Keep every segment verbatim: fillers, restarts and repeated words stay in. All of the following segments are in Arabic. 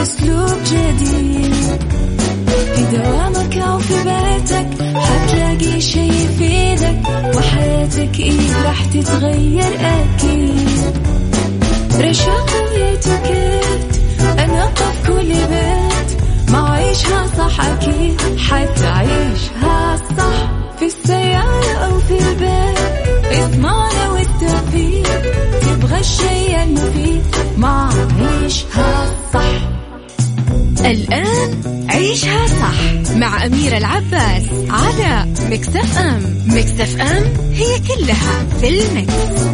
بأسلوب جديد. في دوامك أو في بيتك حتلاقي شي يفيدك، وحياتك إيه راح تتغير أكيد. رشاق ويتوكيت أنا قف كل بيت، ما عيشها صح أكيد حتعيشها صح. في السيارة أو في البيت اسمعنا والتوفيق، تبغى الشيء المفيد ما عيشها صح. الآن عيشها صح مع أميرة العباس على ميكس اف ام. ميكس اف ام هي كلها في الميكس.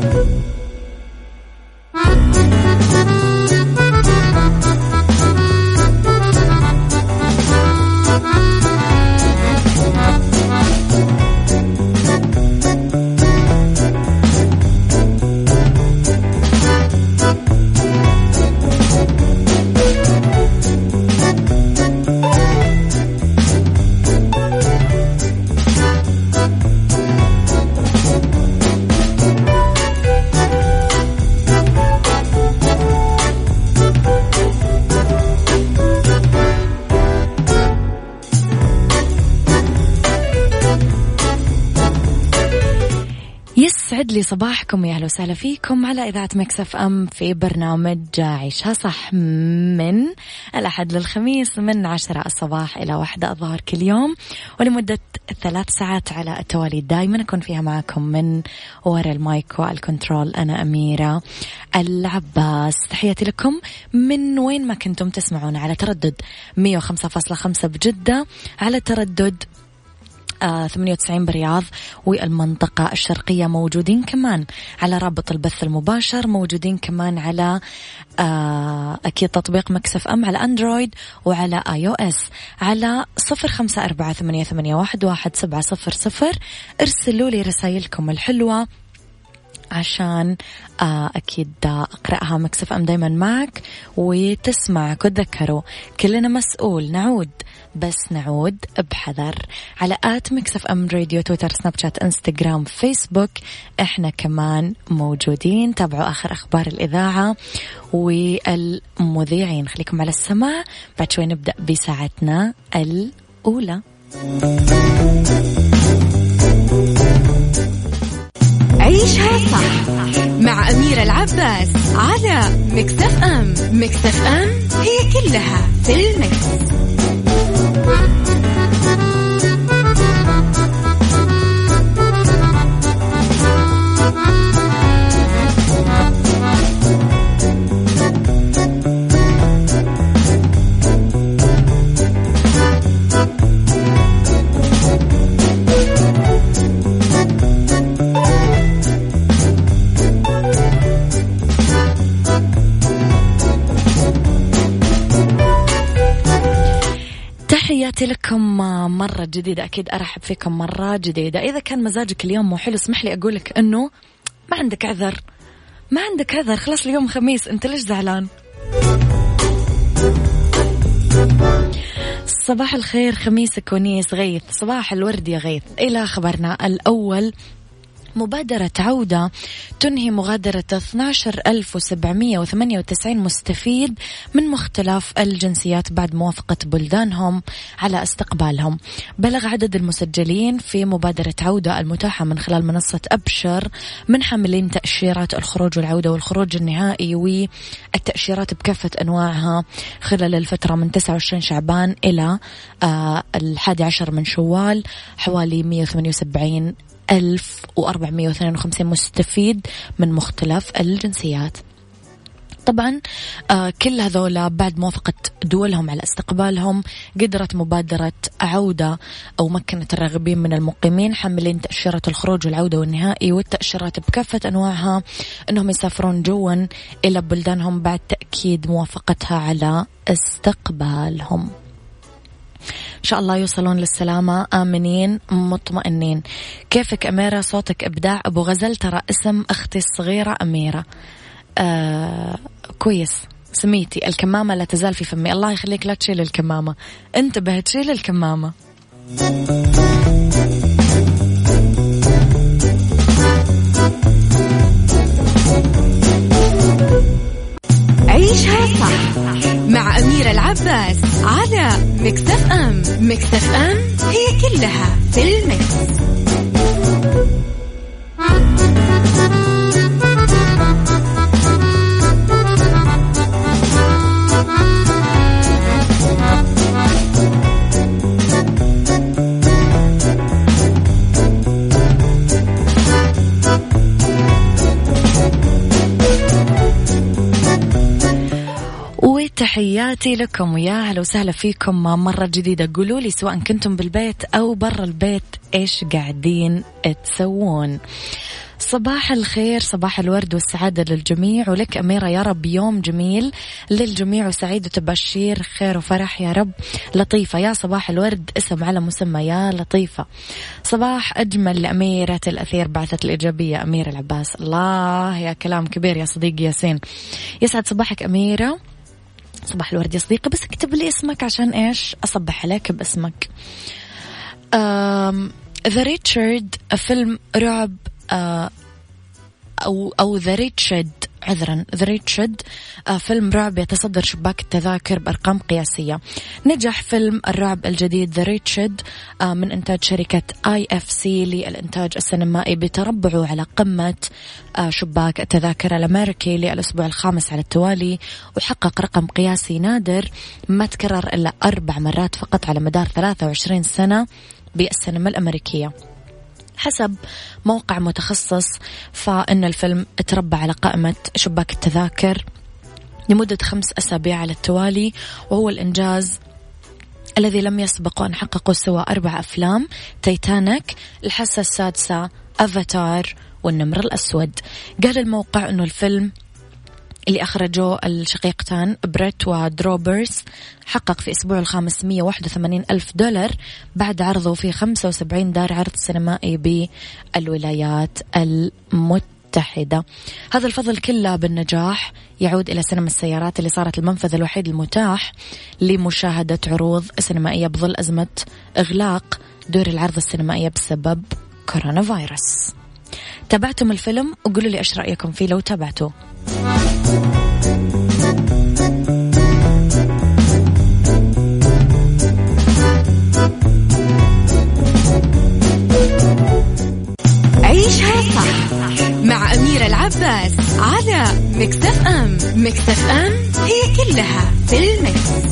يسعد لي صباحكم، يا أهلا وسهلا فيكم على إذاعة ميكس اف ام في برنامج عيشها صح من الأحد للخميس من عشرة الصباح إلى واحدة الظهر كل يوم، ولمدة ثلاث ساعات على التوالي. دايما أكون فيها معكم من وراء المايك والكنترول. أنا أميرة العباس، تحياتي لكم من وين ما كنتم تسمعون، على تردد مية وخمسة فاصلة خمسة بجدة، على تردد آه ثمانية وتسعين برياض والمنطقة الشرقية، موجودين كمان على رابط البث المباشر، موجودين كمان على آه أكيد تطبيق ميكس اف ام على أندرويد وعلى آي أو إس، على صفر خمسة أربعة ثمانية ثمانية واحد واحد سبعة صفر صفر. ارسلوا لي رسائلكم الحلوة عشان آه أكيد أقرأها. ميكس اف ام دايما معك وتسمعك، وتذكروا كلنا مسؤول، نعود بس نعود بحذر. على آت ميكس اف ام راديو، تويتر، سناب شات، انستغرام، فيسبوك، احنا كمان موجودين. تابعوا آخر أخبار الإذاعة والمذيعين. خليكم على السماع، بعد شوي نبدأ بساعتنا الأولى. عيشها صح مع أميرة العباس على ميكس اف ام. ميكس اف ام هي كلها في الميكس. تحياتي لكم مرة جديدة، أكيد أرحب فيكم مرة جديدة. إذا كان مزاجك اليوم مو حلو اسمح لي أقولك أنه ما عندك عذر، ما عندك عذر، خلاص اليوم خميس، أنت ليش زعلان؟ صباح الخير، خميسك ونيس غيث، صباح الورد يا غيث. إلى خبرنا الأول، مبادرة عودة تنهي مغادرة اثنا عشر ألف وسبعمائة وثمانية وتسعين مستفيد من مختلف الجنسيات بعد موافقة بلدانهم على استقبالهم. بلغ عدد المسجلين في مبادرة عودة المتاحة من خلال منصة أبشر من حاملين تأشيرات الخروج والعودة والخروج النهائي والتأشيرات بكافة أنواعها خلال الفترة من تسعة وعشرين شعبان إلى آه الحادي عشر من شوال، حوالي مئة وثمانية وسبعين ألف وأربعمائة واثنين وخمسين مستفيد من مختلف الجنسيات. طبعا آه كل هذولا بعد موافقة دولهم على استقبالهم. قدرت مبادرة عودة أو مكنت الراغبين من المقيمين حاملين تأشيرة الخروج والعودة والنهائي والتأشيرات بكافة أنواعها أنهم يسافرون جوا إلى بلدانهم بعد تأكيد موافقتها على استقبالهم. إن شاء الله يوصلون للسلامة آمنين مطمئنين. كيفك أميرة؟ صوتك إبداع. أبو غزل ترى اسم أختي الصغيرة أميرة. آه كويس، سميتي الكمامة لا تزال في فمي. الله يخليك، لا تشيل الكمامة، انتبه تشيل الكمامة. عيشها صح مع أميرة العباس على ميكس اف ام. ميكس اف ام هي كلها في الميكس. تحياتي لكم ويا هلا وسهلا فيكم مرة جديدة. قولوا لي سواء كنتم بالبيت أو برا البيت إيش قاعدين تسوون. صباح الخير، صباح الورد والسعادة للجميع، ولك أميرة يا رب يوم جميل للجميع وسعيد وتبشير خير وفرح يا رب. لطيفة يا صباح الورد، اسم على مسمى يا لطيفة. صباح أجمل لأميرة الأثير بعثت الإيجابية أميرة العباس. الله يا كلام كبير يا صديقي ياسين. يسعد صباحك أميرة. صباح الورد يا صديقي، بس اكتب لي اسمك عشان إيش أصبح عليك باسمك. ذا ريتشارد فيلم رعب أه أو أو ذا ريتشارد عذرا ذا ريتشارد فيلم رعب يتصدر شباك التذاكر بأرقام قياسية. نجح فيلم الرعب الجديد ذا ريتشارد من إنتاج شركة آي إف سي للإنتاج السينمائي بتربعه على قمة شباك التذاكر الأمريكي للأسبوع الخامس على التوالي، وحقق رقم قياسي نادر ما تكرر إلا أربع مرات فقط على مدار ثلاثة وعشرين سنة بالسينما الأمريكية. حسب موقع متخصص فإن الفيلم تربع على قائمة شباك التذاكر لمدة خمس أسابيع على التوالي، وهو الإنجاز الذي لم يسبق أن حققه سوى أربع أفلام: تايتانيك، الحاسة السادسة، أفاتار، والنمر الأسود. قال الموقع أنه الفيلم اللي أخرجوه الشقيقتان بريت ودروبرز حقق في أسبوع الخامس مية وواحد وثمانين ألف دولار بعد عرضه في خمسة وسبعين دار عرض سينمائي بالولايات المتحدة. هذا الفضل كله بالنجاح يعود إلى سينما السيارات اللي صارت المنفذ الوحيد المتاح لمشاهدة عروض سينمائية بظل أزمة إغلاق دور العرض السينمائية بسبب كورونا فيروس. تابعتم الفيلم؟ وقولوا لي إيش رأيكم فيه لو تابعتوه. عيشها صح مع أميرة العباس على ميكس اف ام. ميكس اف ام هي كلها في الميكس.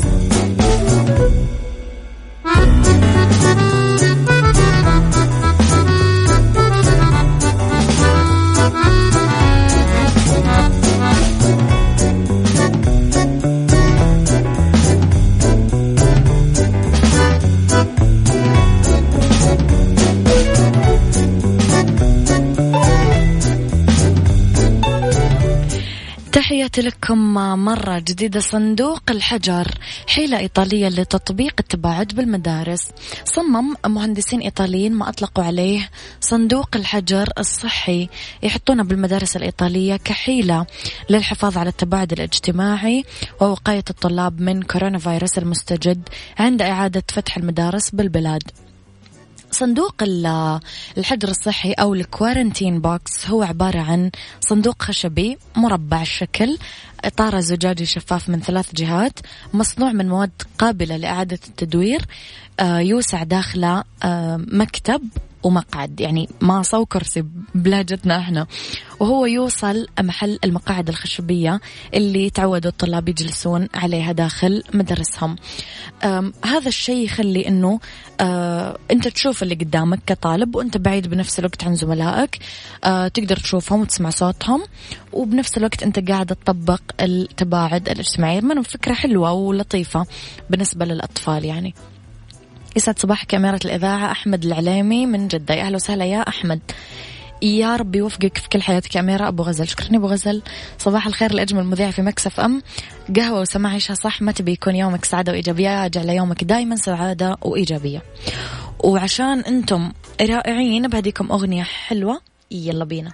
تحياتي لكم مرة جديدة. صندوق الحجر حيلة إيطالية لتطبيق التباعد بالمدارس. صمم مهندسين إيطاليين ما أطلقوا عليه صندوق الحجر الصحي يحطونه بالمدارس الإيطالية كحيلة للحفاظ على التباعد الاجتماعي ووقاية الطلاب من كورونا فيروس المستجد عند إعادة فتح المدارس بالبلاد. صندوق الحجر الصحي أو الكوارنتين بوكس هو عبارة عن صندوق خشبي مربع الشكل، إطار زجاجي شفاف من ثلاث جهات، مصنوع من مواد قابلة لإعادة التدوير، يوسع داخله مكتب ومقعد، يعني ماصة وكرسي بلهجتنا احنا، وهو يوصل محل المقاعد الخشبية اللي تعودوا الطلاب يجلسون عليها داخل مدرسهم. هذا الشيء يخلي انه انت تشوف اللي قدامك كطالب وانت بعيد بنفس الوقت عن زملائك، تقدر تشوفهم وتسمع صوتهم، وبنفس الوقت انت قاعد تطبق التباعد الاجتماعي. منه فكرة حلوة ولطيفة بالنسبة للأطفال يعني. يسعد صباحك أميرة الإذاعة، أحمد العليمي من جدة. يا أهلا وسهلا يا أحمد، يا رب يوفقك في كل حياتك يا أميرة. أبو غزل، شكرني أبو غزل. صباح الخير لأجمل مذيع في ميكس اف ام. قهوة وسماع عيشها صح، ما تبي يكون يومك سعادة وإيجابية، اجعل يومك دايما سعادة وإيجابية. وعشان أنتم رائعين بهديكم أغنية حلوة، يلا بينا.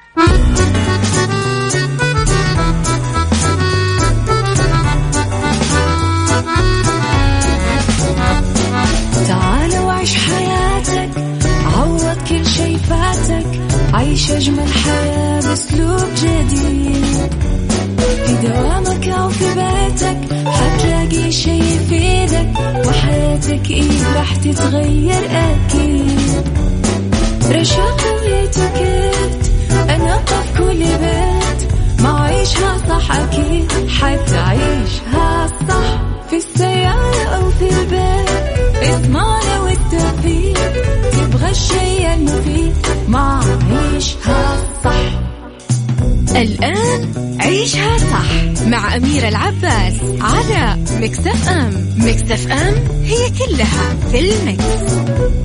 تعال وعيش حياتك، عوض كل شي فاتك، عيش أجمل حياة بأسلوب جديد. في دوامك أو في بيتك حتلاقي شي بيت وحياتك إيه راح تتغير أكيد. رشاق ويتوكيت أنا قف كل بيت ما عيشها صح أكيد حتعيشها صح في السيارة أو في البيت اسمعنا والتوفيق تبغى الشيء المفيد ما عيشها صح. الآن عيشها صح مع أميرة العباس على ميكس اف ام. ميكس اف ام هي كلها في الميكس.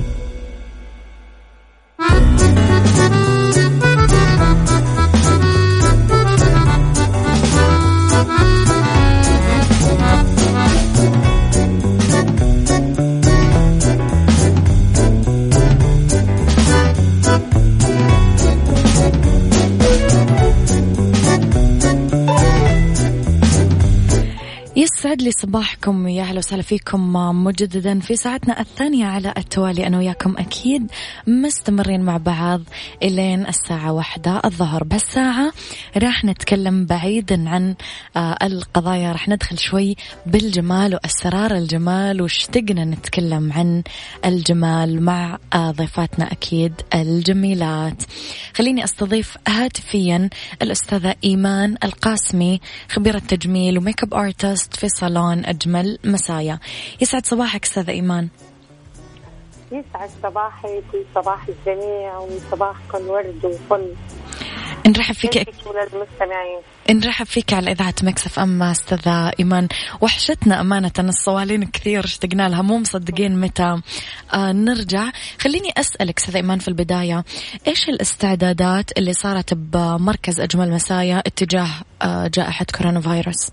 يسعد لي صباحكم، يا أهلا وسهلا فيكم مجددا في ساعتنا الثانية على التوالي. أنا وياكم أكيد مستمرين مع بعض إلين الساعة واحدة الظهر. بهالساعة راح نتكلم بعيدا عن القضايا، راح ندخل شوي بالجمال وأسرار الجمال، واشتقنا نتكلم عن الجمال مع ضيفاتنا أكيد الجميلات. خليني أستضيف هاتفيا الأستاذة إيمان القاسمي، خبيرة تجميل وميك اب ارتست في صالون أجمل مسايا. يسعد صباحك أستاذة إيمان. يسعد صباحك وصباح الجميع وصباحكم ورد وفل. نرحب فيك أك... المستمعين. نرحب فيك على إذاعة ميكس اف ام أستاذة إيمان. وحشتنا أمانة، الصوالين كثير اشتقنا لها، مو مصدقين متى آه نرجع. خليني أسألك أستاذة إيمان في البداية، إيش الاستعدادات اللي صارت بمركز أجمل مسايا اتجاه آه جائحة كورونا فيروس؟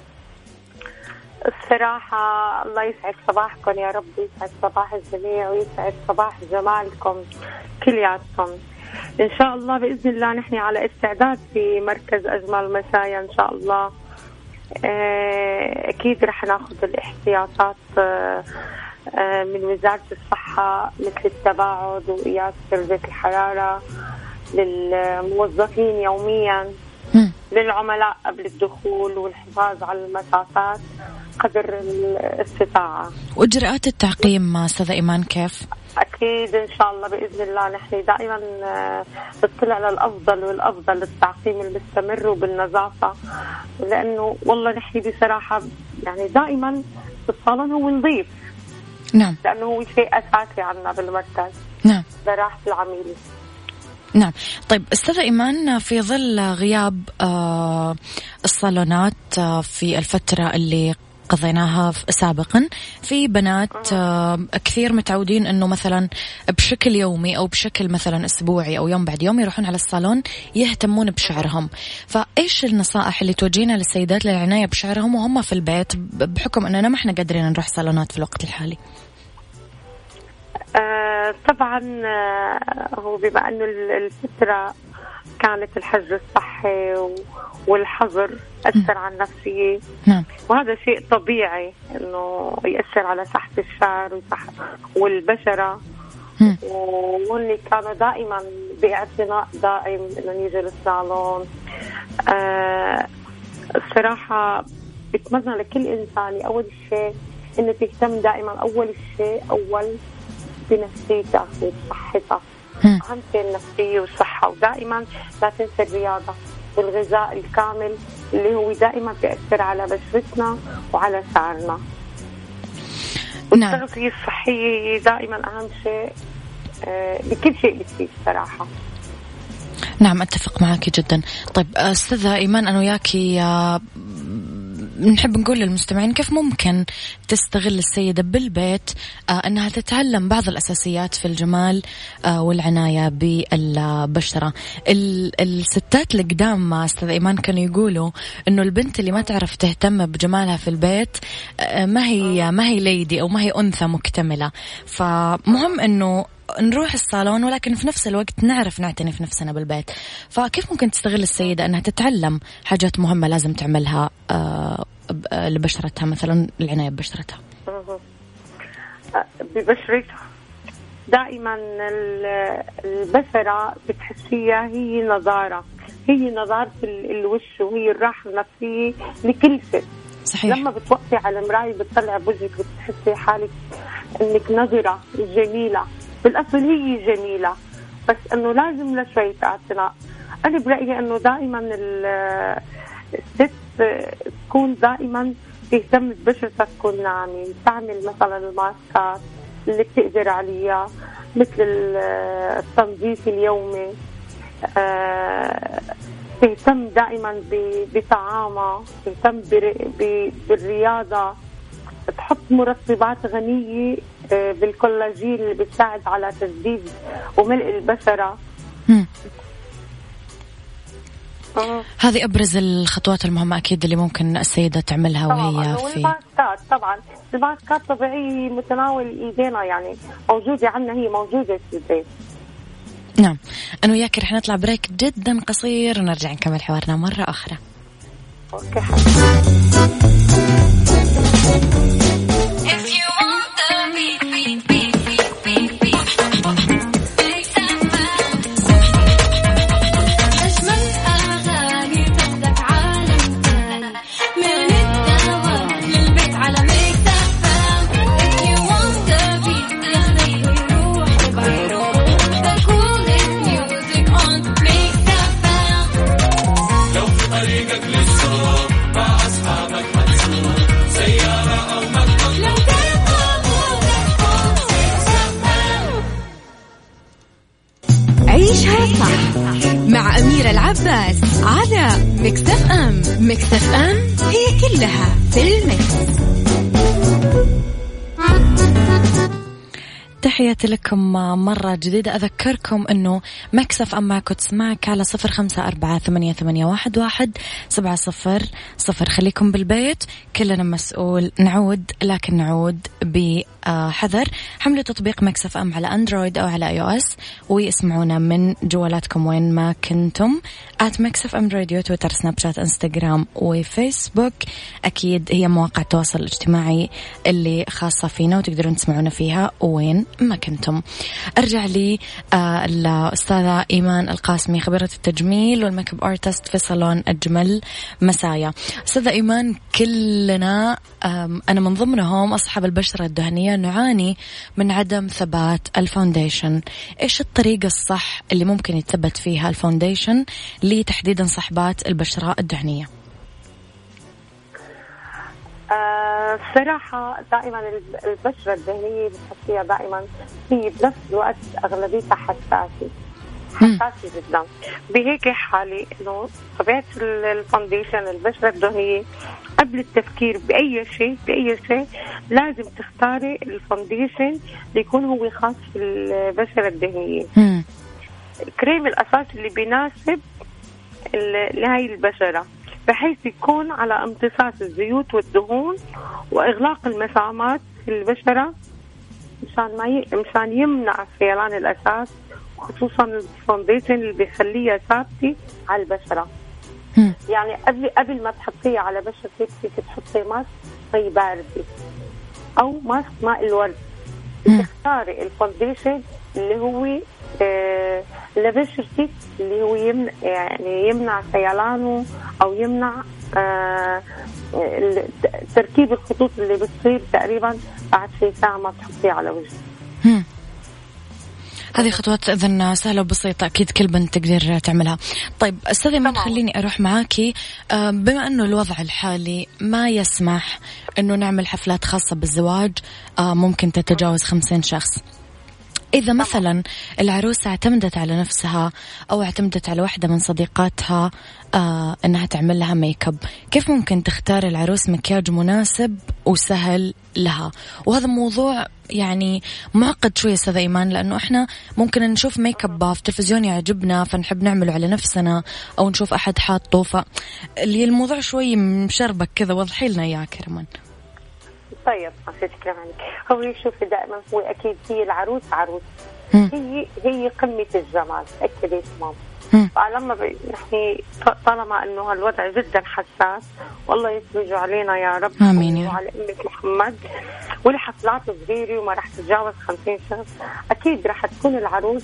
الصراحة الله يسعد صباحكم يا رب، يسعد صباح الجميع ويسعد صباح جمالكم كلياتكم. إن شاء الله بإذن الله نحن على استعداد في مركز أجمل مسايا إن شاء الله. أكيد رح ناخذ الاحتياطات من وزارة الصحة مثل التباعد وقياس درجة الحرارة للموظفين يوميا، للعملاء قبل الدخول، والحفاظ على المسافات قدر الاستطاعة. وإجراءات التعقيم أستاذة إيمان كيف؟ أكيد إن شاء الله بإذن الله نحن دائما نطلع على الأفضل والأفضل، التعقيم المستمر وبالنظافة، لأنه والله نحن بصراحة يعني دائما الصالون هو نظيف. نعم. لأنه هو شيء أساسي عنا بالمركز. نعم. لراحة العميل. نعم. طيب أستاذة إيمان، في ظل غياب آه الصالونات آه في الفترة اللي قضيناها سابقا، في بنات آه كثير متعودين أنه مثلا بشكل يومي أو بشكل مثلا أسبوعي أو يوم بعد يوم يروحون على الصالون يهتمون بشعرهم. فإيش النصائح اللي توجينا للسيدات للعناية بشعرهم وهم في البيت، بحكم أننا ما احنا قادرين نروح صالونات في الوقت الحالي؟ آه طبعا آه هو بما أنه الفترة كانت الحجر الصحي والحظر أثر على النفسية. نعم. وهذا شيء طبيعي إنه يأثر على صحة الشعر والبشرة، وهن كانوا دائما باعتناء دائم إنه يجي للصالون. آه الصراحة بتمنى لكل إنسان أول شيء إنه تهتم دائما، أول شيء أول بنفسيته وصحته. أهم شيء النفسية والصحة، ودائما لا تنسى الرياضة والغذاء الكامل اللي هو دائما بيأثر على بشرتنا وعلى شعرنا. نعم. والتغذية الصحية دائما أهم شيء بكل شيء بتصير صراحة. نعم أتفق معك جدا. طيب أستاذة إيمان، أنا وياكي نحب نقول للمستمعين كيف ممكن تستغل السيدة بالبيت آه أنها تتعلم بعض الأساسيات في الجمال آه والعناية بالبشرة. الستات اللي قدام أستاذ إيمان كانوا يقولوا أنه البنت اللي ما تعرف تهتم بجمالها في البيت آه ما هي ما هي ليدي أو ما هي أنثى مكتملة. فمهم أنه نروح الصالون ولكن في نفس الوقت نعرف نعتني في نفسنا بالبيت. فكيف ممكن تستغل السيدة أنها تتعلم حاجات مهمة لازم تعملها آه لبشرتها، مثلا العناية ببشرتها؟ ببشرتها دائما البشرة بتحسيها هي نظارة، هي نظارة الوش وهي الراحة النفسية لكل ست. صحيح. لما بتوقفي على المراية بتطلع بوجهك بتحسي حالك انك نظرة جميلة، بالاصل هي جميلة بس انه لازم لشوية اعتناء. انا برأيي انه دائما الست تكون دائما تهتم ببشرتها تكون ناعمة، تعمل مثلا الماسكات اللي بتقدر عليها مثل التنظيف اليومي، أه تهتم دائما بطعامها، تهتم بالرياضة، تحط مرطبات غنية بالكولاجين اللي بتساعد على تجديد وملء البشرة. أه. هذه أبرز الخطوات المهمة أكيد اللي ممكن السيدة تعملها وهي في الماسكات. طبعا الماسكات طبيعية متناول إيدينا، يعني موجودة عنا، هي موجودة في البيت. نعم. أنا وياك رح نطلع بريك جدا قصير ونرجع نكمل حوارنا مرة أخرى. أوكي. عيشها صح مع أميرة العباس على ميكس اف ام. ميكس اف ام هي كلها في الميكس. تحياتي لكم مرة جديدة. أذكركم أنه مكسف أم معكم تسمعك على صفر خمسة أربعة ثمانية ثمانية واحد واحد سبعة صفر صفر. خليكم بالبيت، كلنا مسؤول. نعود لكن نعود بحذر. حملوا تطبيق مكسف أم على أندرويد أو على آي أو إس ويسمعونا من جوالاتكم وين ما كنتم. آت مكسف أم راديو، تويتر، سناب شات، إنستغرام وفيسبوك. أكيد هي مواقع التواصل الاجتماعي اللي خاصة فينا وتقدرون تسمعونا فيها وين ما كنتم. أرجع لي آه الأستاذة إيمان القاسمي، خبيرة التجميل والميك اب ارتست في صالون أجمل مسايا. أستاذة إيمان، كلنا أنا من ضمنهم أصحاب البشرة الدهنية نعاني من عدم ثبات الفاونديشن. إيش الطريقة الصح اللي ممكن يتثبت فيها الفاونديشن لتحديدا صاحبات البشرة الدهنية؟ آه صراحة دائما البشرة الدهنية بتحسيها دائما هي بنفس الوقت أغلبيتها حساسة حساسة جدا. بهيك حالي إنه طبيعة الفاونديشن البشرة الدهنية قبل التفكير بأي شيء بأي شيء لازم تختاري الفاونديشن اللي يكون هو خاص في البشرة الدهنية. الكريم الأساس اللي بيناسب لهاي البشرة بحيث يكون على امتصاص الزيوت والدهون وإغلاق المسامات في البشرة مشان ما ي... مشان يمنع فيلان الأساس، خصوصا الفاونديشن اللي بيخليها ثابتة على البشرة. م. يعني قبل قبل ما تحطيها على بشرتك فيك تحطي ماسك مي باردة أو ماسك ماء الورد. تختاري الفاونديشن اللي هو آه لبشرتك اللي هو يمنع يعني يمنع سيلانه أو يمنع آه تركيب الخطوط اللي بتصير تقريبا بعد شيء ساعة ما تحطيه على وجهك. هذه خطوات إذن سهلة وبسيطة، أكيد كل بنت تقدر تعملها. طيب أستاذة من خليني أروح معاكي، بما أنه الوضع الحالي ما يسمح أنه نعمل حفلات خاصة بالزواج ممكن تتجاوز خمسين شخص، إذا مثلا العروسة اعتمدت على نفسها أو اعتمدت على واحدة من صديقاتها آه أنها تعمل لها ميك اب، كيف ممكن تختار العروس مكياج مناسب وسهل لها؟ وهذا موضوع يعني معقد شوية أستاذة إيمان، لأنه إحنا ممكن نشوف ميك اب في تلفزيون يعجبنا فنحب نعمله على نفسنا، أو نشوف أحد حاطه، فاللي الموضوع شوي مشربك كذا. وضحي لنا إياه كرمان. طيب عشان كلام عنك، هو شوفي دائما هو أكيد هي العروس عروس، هي هي قمة الجمال، أكيد تمام. فلما ب... نحن طالما إنه هالوضع جدا حساس، والله يفرج علينا يا رب. آمين. وعلى أمة محمد، والحفلات صغيرة وما راح تتجاوز خمسين شخص، أكيد راح تكون العروس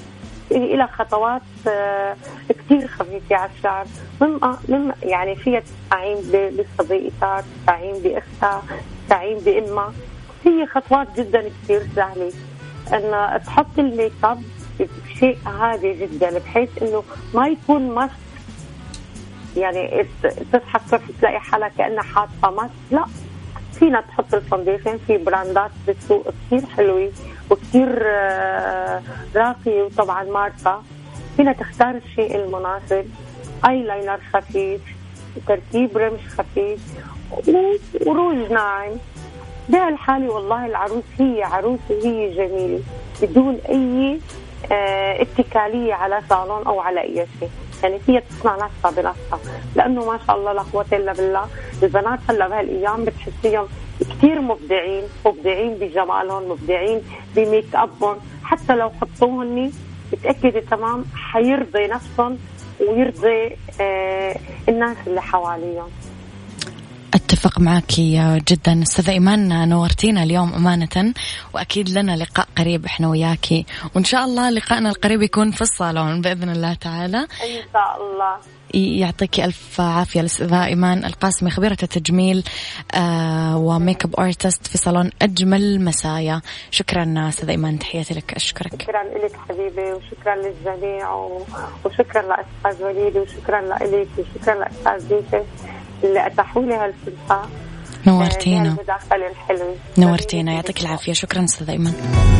إلى خطوات كتير خفيفة على الشعر. مم يعني فيها تستعين بصديقتها، تستعين بأختها، تستعين بأمها. هي خطوات جدا كتير سهلة أن تحط الميك اب بشيء هادي جدا، بحيث إنه ما يكون ماسك، يعني تصحى الصبح تلاقي حالك كأنها حاطة ماسك. لا، فينا تحط الفونديشن في براندات بالسوق كتير حلوة وكتير راقية وطبعا ماركة. فينا تختار الشيء المناسب، اي لاينر خفيف، تركيب رمش خفيف، وروج ناعم. بهالحالة والله العروس هي عروس وهي جميلة بدون اي اه اتكالية على صالون او على اي شيء. يعني هي تصنع نفسها بنفسها، لانه ما شاء الله لا قوة الا بالله البنات هلا بهالايام بتحسيهم كتير مبدعين، مبدعين بجمالهم، مبدعين بميك ابهم. حتى لو حطوهن بتأكدي تمام حيرضي نفسهم ويرضي آه الناس اللي حواليهم. أتفق معك جدا أستاذة إيمان، نورتينا اليوم أمانة، وأكيد لنا لقاء قريب إحنا وياكي، وإن شاء الله لقاءنا القريب يكون في الصالون بإذن الله تعالى إن شاء الله. يعطيك ألف عافية الأستاذة إيمان القاسمي، خبيرة التجميل آه وميك اب ارتست في صالون أجمل مسايا. شكرا أستاذة إيمان، تحياتي لك. أشكرك. شكرا لك حبيبي، وشكرا للجميع، وشكرا لأستاذ وليد، وشكرا لك، وشكرا لأستاذ يوسف اللي أتاحوا لي هالفرصة. نورتينا الحلو. نورتينا، يعطيك العافية. شكرا أستاذة إيمان.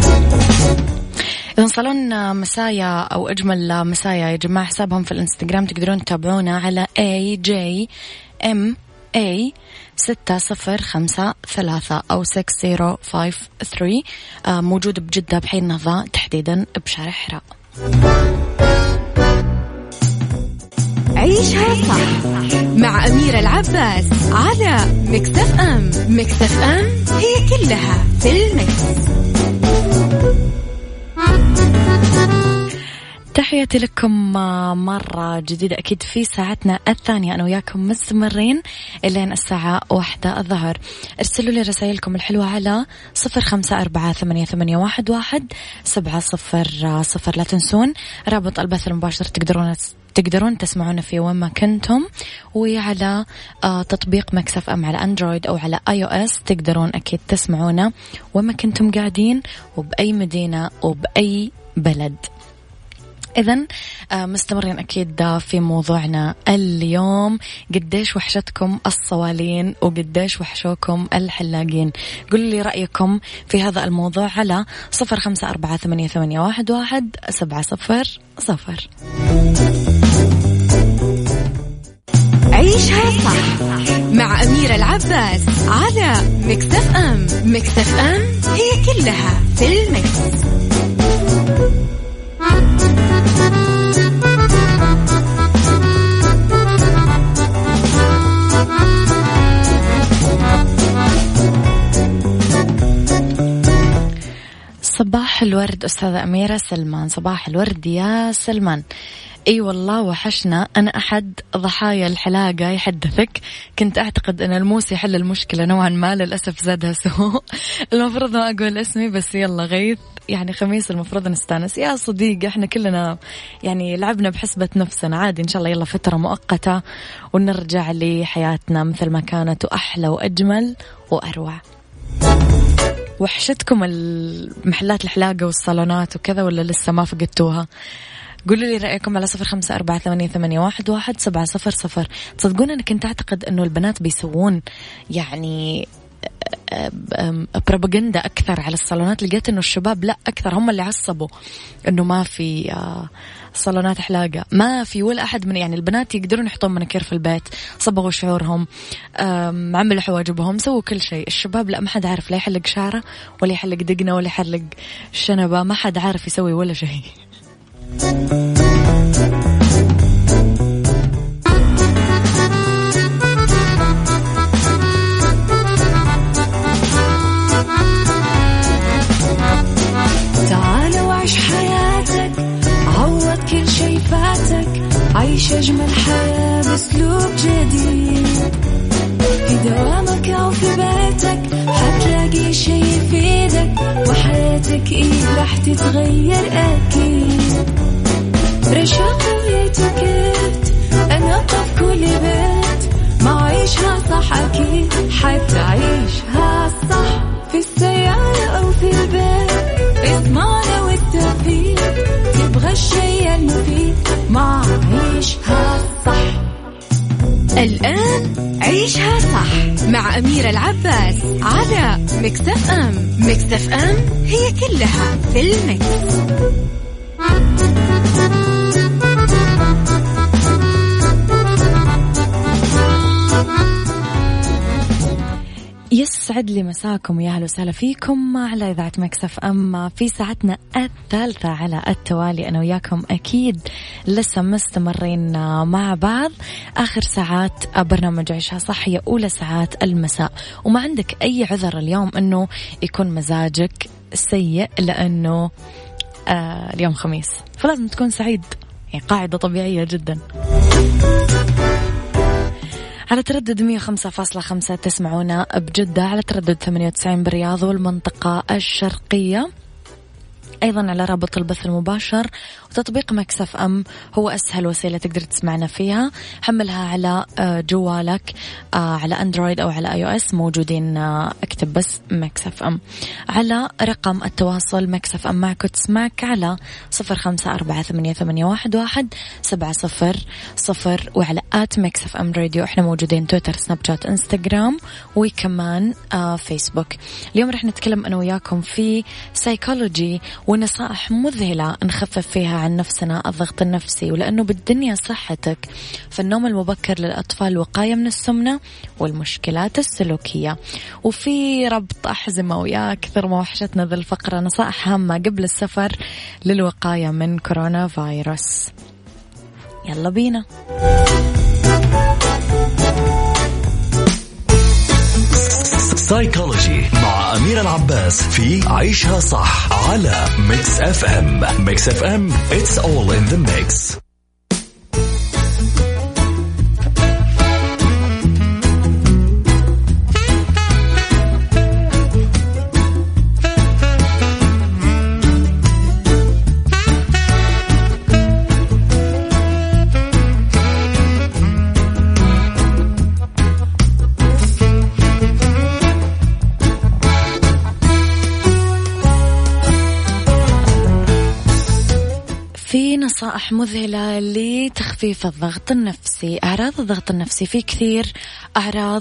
إذن صالون مسايا أو أجمل مسايا يا جماعة حسابهم في الإنستغرام، تقدرون تتابعونا على إيه جي إم إيه ستة صفر خمسة ثلاثة أو ستة صفر خمسة ثلاثة. موجود بجدة بحي النهضة تحديدا بشارع حراء. عيشها صح مع أميرة العباس على ميكس اف ام. ميكس اف ام هي كلها في الميكس. تحياتي لكم مرة جديدة أكيد في ساعتنا الثانية، أنا وياكم مستمرين إلين الساعة واحدة الظهر. ارسلوا لي رسائلكم الحلوة على صفر خمسة أربعة ثمانية ثمانية واحد واحد سبعة صفر صفر. لا تنسون رابط البث المباشر، تقدرون تقدرون تسمعونا في وين ما كنتم، وعلى آه تطبيق ميكس اف ام على اندرويد او على اي او اس تقدرون اكيد تسمعونا وين ما كنتم قاعدين وبأي مدينة وبأي بلد. إذن آه مستمرين أكيد في موضوعنا اليوم. قديش وحشتكم الصوالين وقديش وحشوكم الحلاقين؟ قولوا لي رأيكم في هذا الموضوع على صفر خمسة أربعة ثمانية ثمانية واحد واحد سبعة صفر صفر. عيشها صح مع أميرة العباس على ميكس اف ام. ميكس اف ام هي كلها في الميكس. صباح الورد أستاذة أميرة سلمان. صباح الورد يا سلمان. اي أيوة والله وحشنا. انا احد ضحايا الحلاقة يحدثك، كنت اعتقد ان الموس يحل المشكلة نوعا ما، للاسف زادها سوء. المفروض ما اقول اسمي بس يلا غيث، يعني خميس المفروض نستانس يا صديق، احنا كلنا يعني لعبنا بحسبة نفسنا، عادي ان شاء الله، يلا فترة مؤقتة ونرجع لحياتنا مثل ما كانت واحلى واجمل واروع. وحشتكم المحلات الحلاقة والصالونات وكذا ولا لسه ما فقدتوها؟ قولوا لي رأيكم على صفر خمسة أربعة ثمانية ثمانية واحد واحد سبعة صفر صفر. تصدقون أنا كنت أعتقد أنه البنات بيسوون يعني بروباغندا أكثر على الصالونات، لقيت أنه الشباب لا أكثر هم اللي عصبوا أنه ما في صالونات حلاقة، ما في ولا أحد من يعني البنات يقدرون يحطون مناكير في البيت، صبغوا شعورهم، عملوا حواجبهم، سووا كل شيء. الشباب لا، ما حد عارف لا يحلق شعره ولا يحلق دقنه ولا يحلق شنبه، ما حد عارف يسوي ولا شيء. تعال وعيش حياتك، عوض كل شي فاتك، عيش أجمل حياة بأسلوب جديد. في دوامك أو في بيتك حتلاقي شي يفيدك، وحياتك إيه راح تتغير أكيد. رشاق ويتوكيت أنا في كل بيت ما عيشها صح أكيد حتعيشها صح في السيارة أو في البيت اضمعنا والتوفيق تبغى الشيء المفيد ما عيشها صح. الآن عيشها صح مع أميرة العباس على ميكس اف ام. ميكس اف ام هي كلها في الميكس. يسعد لي مساكم ويا أهلا وسهلا فيكم على إذاعة ميكس اف ام في ساعتنا الثالثة على التوالي. أنا وياكم أكيد لسه مستمرين مع بعض. آخر ساعات برنامج عيشها صح هي أولى ساعات المساء، وما عندك أي عذر اليوم أنه يكون مزاجك سيء لأنه آه اليوم خميس، فلازم تكون سعيد، يعني قاعدة طبيعية جدا. على تردد مية وخمسة فاصلة خمسة تسمعونا بجدة، على تردد ثمانية وتسعين بالرياض والمنطقة الشرقية، أيضا على رابط البث المباشر وتطبيق ميكس اف ام هو أسهل وسيلة تقدر تسمعنا فيها. حملها على جوالك على أندرويد أو على آي أو إس، موجودين اكتب بس ميكس اف ام. على رقم التواصل ميكس اف ام معك وتسمعك على صفر خمسة أربعة ثمانية ثمانية واحد واحد سبعة صفر صفر، وعلى آت ميكس اف ام راديو. احنا موجودين تويتر سناب شات انستغرام وكمان فيسبوك. اليوم رح نتكلم أنا وياكم في سايكولوجي ونصائح مذهلة نخفف فيها عن نفسنا الضغط النفسي، ولأنه بالدنيا صحتك. فالنوم المبكر للأطفال وقاية من السمنة والمشكلات السلوكية، وفي ربط أحزمة ويا كثر ما وحشتنا ذا الفقرة نصائح هامة قبل السفر للوقاية من كورونا فيروس. يلا بينا. سايكولوجي مع أميرة العباس في عيشها صح على ميكس اف ام. ميكس اف ام it's all in the mix. نصائح مذهلة لتخفيف الضغط النفسي. أعراض الضغط النفسي في كثير أعراض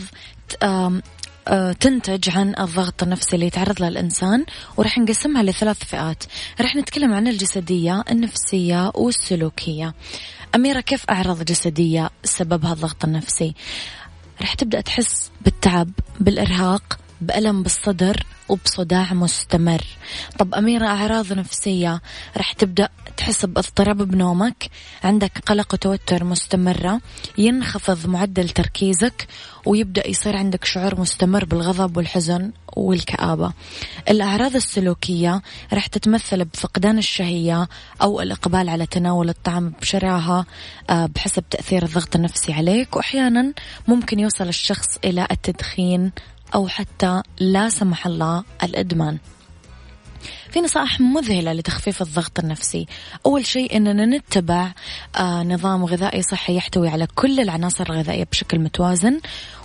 تنتج عن الضغط النفسي اللي يتعرض له الإنسان، ورح نقسمها لثلاث فئات. رح نتكلم عن الجسدية، النفسية والسلوكية. أميرة، كيف أعراض جسدية سببها الضغط النفسي؟ رح تبدأ تحس بالتعب، بالإرهاق، بألم بالصدر وبصداع مستمر. طب أميرة، أعراض نفسية، رح تبدأ تحس باضطراب بنومك، عندك قلق وتوتر مستمرة، ينخفض معدل تركيزك، ويبدأ يصير عندك شعور مستمر بالغضب والحزن والكآبة. الأعراض السلوكية رح تتمثل بفقدان الشهية أو الإقبال على تناول الطعام بشراهة بحسب تأثير الضغط النفسي عليك، وأحيانا ممكن يوصل الشخص إلى التدخين أو حتى لا سمح الله الإدمان. في نصائح مذهلة لتخفيف الضغط النفسي. أول شيء أننا نتبع آه نظام غذائي صحي يحتوي على كل العناصر الغذائية بشكل متوازن،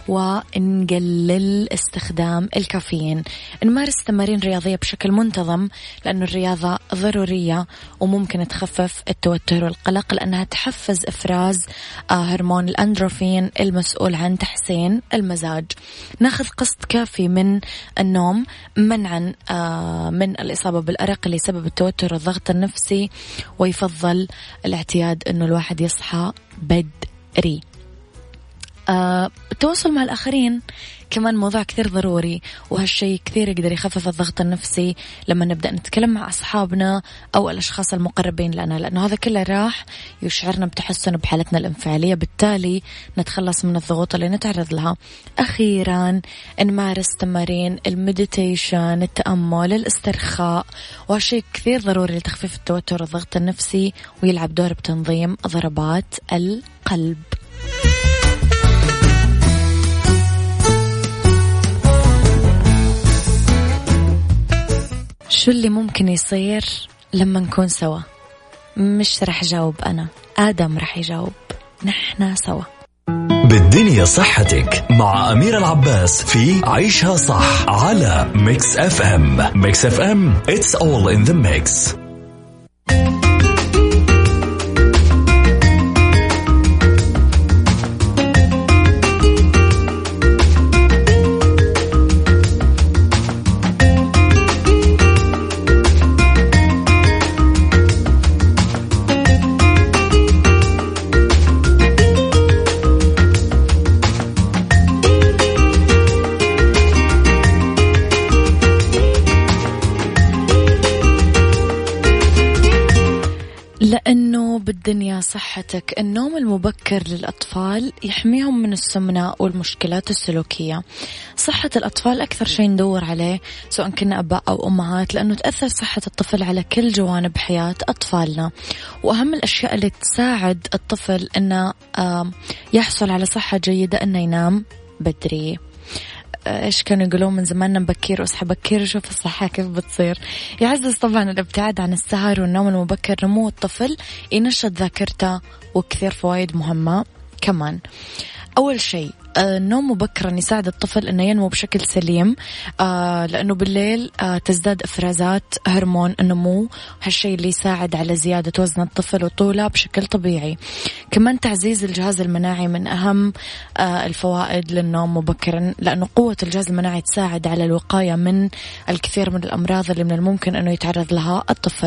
ونقلل استخدام الكافيين. نمارس تمارين رياضية بشكل منتظم، لأن الرياضة ضرورية وممكن تخفف التوتر والقلق، لأنها تحفز إفراز آه هرمون الأندروفين المسؤول عن تحسين المزاج. ناخذ قسط كافي من النوم منعا آه من الإصابة بالأرق اللي يسبب التوتر والضغط النفسي، ويفضل الاعتياد أنه الواحد يصحى بدري. آه، التواصل مع الآخرين كمان موضوع كثير ضروري، وهالشيء كثير يقدر يخفف الضغط النفسي لما نبدأ نتكلم مع أصحابنا أو الأشخاص المقربين لنا، لأنه هذا كله راح يشعرنا بتحسن بحالتنا الانفعالية، بالتالي نتخلص من الضغوط اللي نتعرض لها. أخيرا نمارس تمارين المديتيشن، التأمل، الاسترخاء، وهالشيء كثير ضروري لتخفيف التوتر والضغط النفسي، ويلعب دور بتنظيم ضربات القلب. شو اللي ممكن يصير لما نكون سوا؟ مش رح جاوب أنا، آدم رح يجاوب، نحنا سوا. بالدنيا صحتك مع أميرة العباس في عيشها صح على ميكس اف ام. ميكس اف ام it's all in the mix. لأنه بالدنيا صحتك. النوم المبكر للأطفال يحميهم من السمنة والمشكلات السلوكية. صحة الأطفال أكثر شيء ندور عليه سواء كنا أباء أو أمهات، لأنه تأثر صحة الطفل على كل جوانب حياة أطفالنا. وأهم الأشياء اللي تساعد الطفل أنه يحصل على صحة جيدة أنه ينام بدري. إيش كانوا يقولون من زمان؟ نام بكير واصحى بكير وشوف الصحة كيف بتصير. يعزز طبعا الابتعاد عن السهر والنوم المبكر نمو الطفل، ينشط ذاكرته وكثير فوائد مهمة كمان. أول شيء النوم مبكرا يساعد الطفل أنه ينمو بشكل سليم، آه لأنه بالليل آه تزداد إفرازات هرمون النمو، هالشيء اللي يساعد على زيادة وزن الطفل وطوله بشكل طبيعي. كمان تعزيز الجهاز المناعي من أهم آه الفوائد للنوم مبكرا، لأنه قوة الجهاز المناعي تساعد على الوقاية من الكثير من الأمراض اللي من الممكن أنه يتعرض لها الطفل.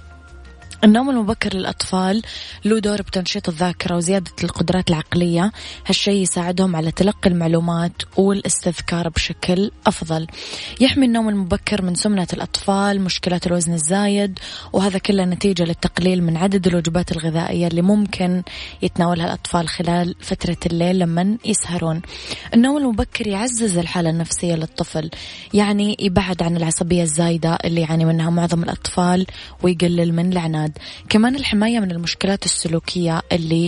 النوم المبكر للأطفال له دور بتنشيط الذاكرة وزيادة القدرات العقلية، هالشيء يساعدهم على تلقي المعلومات والاستذكار بشكل أفضل. يحمي النوم المبكر من سمنة الأطفال، مشكلات الوزن الزايد، وهذا كله نتيجة للتقليل من عدد الوجبات الغذائية اللي ممكن يتناولها الأطفال خلال فترة الليل لما يسهرون. النوم المبكر يعزز الحالة النفسية للطفل، يعني يبعد عن العصبية الزايدة اللي يعاني منها معظم الأطفال ويقلل من العناد. كمان الحماية من المشكلات السلوكية اللي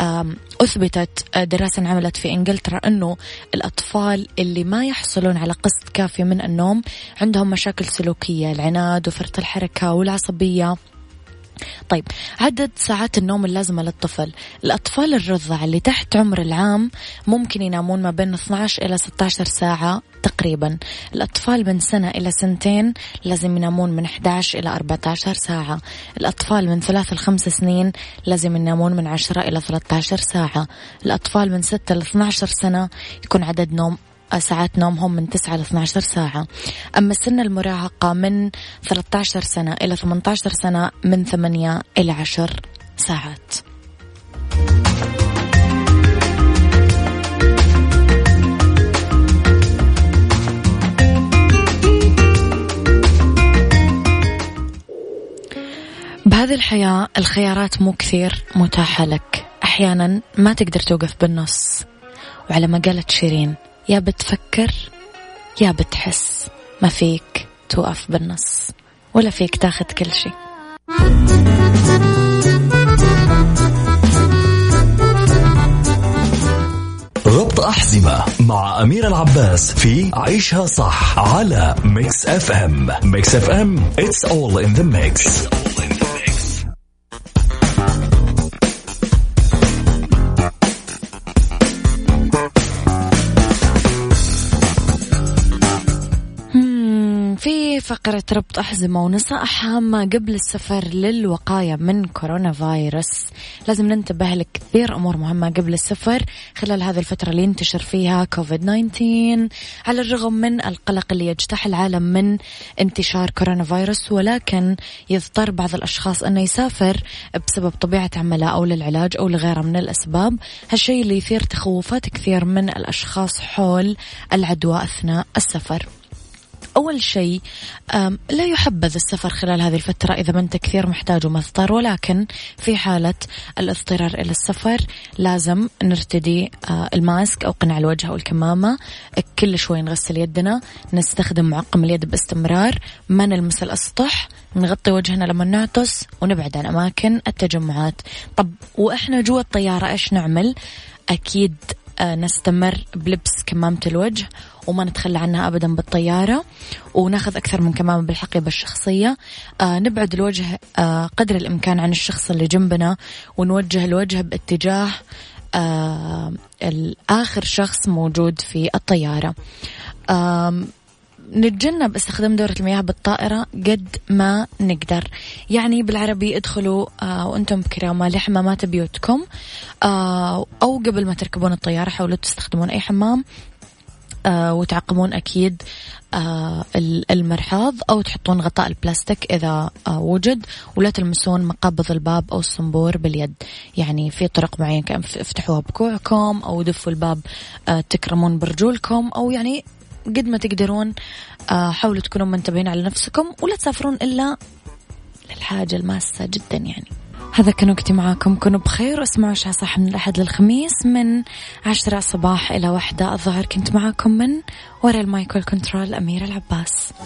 أثبتت دراسة عملت في إنجلترا أنه الأطفال اللي ما يحصلون على قسط كافي من النوم عندهم مشاكل سلوكية، العناد وفرط الحركة والعصبية. طيب، عدد ساعات النوم اللازمة للطفل. الأطفال الرضع اللي تحت عمر العام ممكن ينامون ما بين اثني عشر إلى ستة عشر ساعة تقريبا. الأطفال من سنة إلى سنتين لازم ينامون من إحدى عشر إلى أربعة عشر ساعة. الأطفال من ثلاث لخمس سنين لازم ينامون من عشرة إلى ثلاثة عشر ساعة. الأطفال من ستة لاثني عشر سنة يكون عدد نوم ساعات نومهم من تسعة إلى اثني عشر ساعة. أما السن المراهقة من ثلاثة عشر سنة إلى ثمانية عشر سنة من ثمانية إلى عشر ساعات. بهذه الحياة الخيارات مو كثير متاحة لك، أحيانا ما تقدر توقف بالنص، وعلى ما قالت شيرين يا بتفكر يا بتحس، ما فيك توقف بالنص ولا فيك تاخد كل شيء. ربط أحزمة مع أميرة العباس في عيشها صح على ميكس اف ام. ميكس اف ام it's all in the mix. في فقرة ربط أحزمة ونصائح هامة قبل السفر للوقاية من كورونا فيروس. لازم ننتبه لكثير أمور مهمة قبل السفر خلال هذه الفترة اللي ينتشر فيها كوفيد تسعة عشر، على الرغم من القلق اللي يجتاح العالم من انتشار كورونا فيروس، ولكن يضطر بعض الأشخاص أنه يسافر بسبب طبيعة عمله أو للعلاج أو لغيره من الأسباب. هالشيء اللي يثير تخوفات كثير من الأشخاص حول العدوى أثناء السفر. أول شيء لا يحبذ السفر خلال هذه الفترة إذا ما أنت كثير محتاج ومضطر، ولكن في حالة الاضطرار إلى السفر لازم نرتدي الماسك أو قناع الوجه أو الكمامة، كل شوي نغسل يدنا، نستخدم معقم اليد باستمرار، ما نلمس الأسطح، نغطي وجهنا لما نعطس، ونبعد عن أماكن التجمعات. طب وإحنا جوا الطيارة إيش نعمل؟ أكيد آه نستمر بلبس كمامة الوجه وما نتخلى عنها أبدا بالطيارة، وناخذ أكثر من كمامة بالحقيبة الشخصية. آه نبعد الوجه آه قدر الإمكان عن الشخص اللي جنبنا، ونوجه الوجه باتجاه آه الآخر شخص موجود في الطيارة. آه نتجنب استخدام دورة المياه بالطائرة قد ما نقدر. يعني بالعربي ادخلوا آه وانتم بكرامة لحمامات بيوتكم، آه أو قبل ما تركبون الطيارة حاولوا تستخدمون أي حمام، آه وتعقمون أكيد آه المرحاض، أو تحطون غطاء البلاستيك إذا آه وجد، ولا تلمسون مقابض الباب أو الصنبور باليد. يعني في طرق معينة كان افتحوها بكوعكم أو دفوا الباب آه تكرمون برجولكم، أو يعني قد ما تقدرون آه حاولوا تكونوا منتبهين على نفسكم، ولا تسافرون إلا للحاجة الماسة جدا. يعني هذا كان وقتي معاكم، كونوا بخير واسمعوا عيشها صح من الأحد للخميس من عشرة الصباح إلى واحدة الظهر. كنت معاكم من وراء المايك والكنترول أميرة العباس.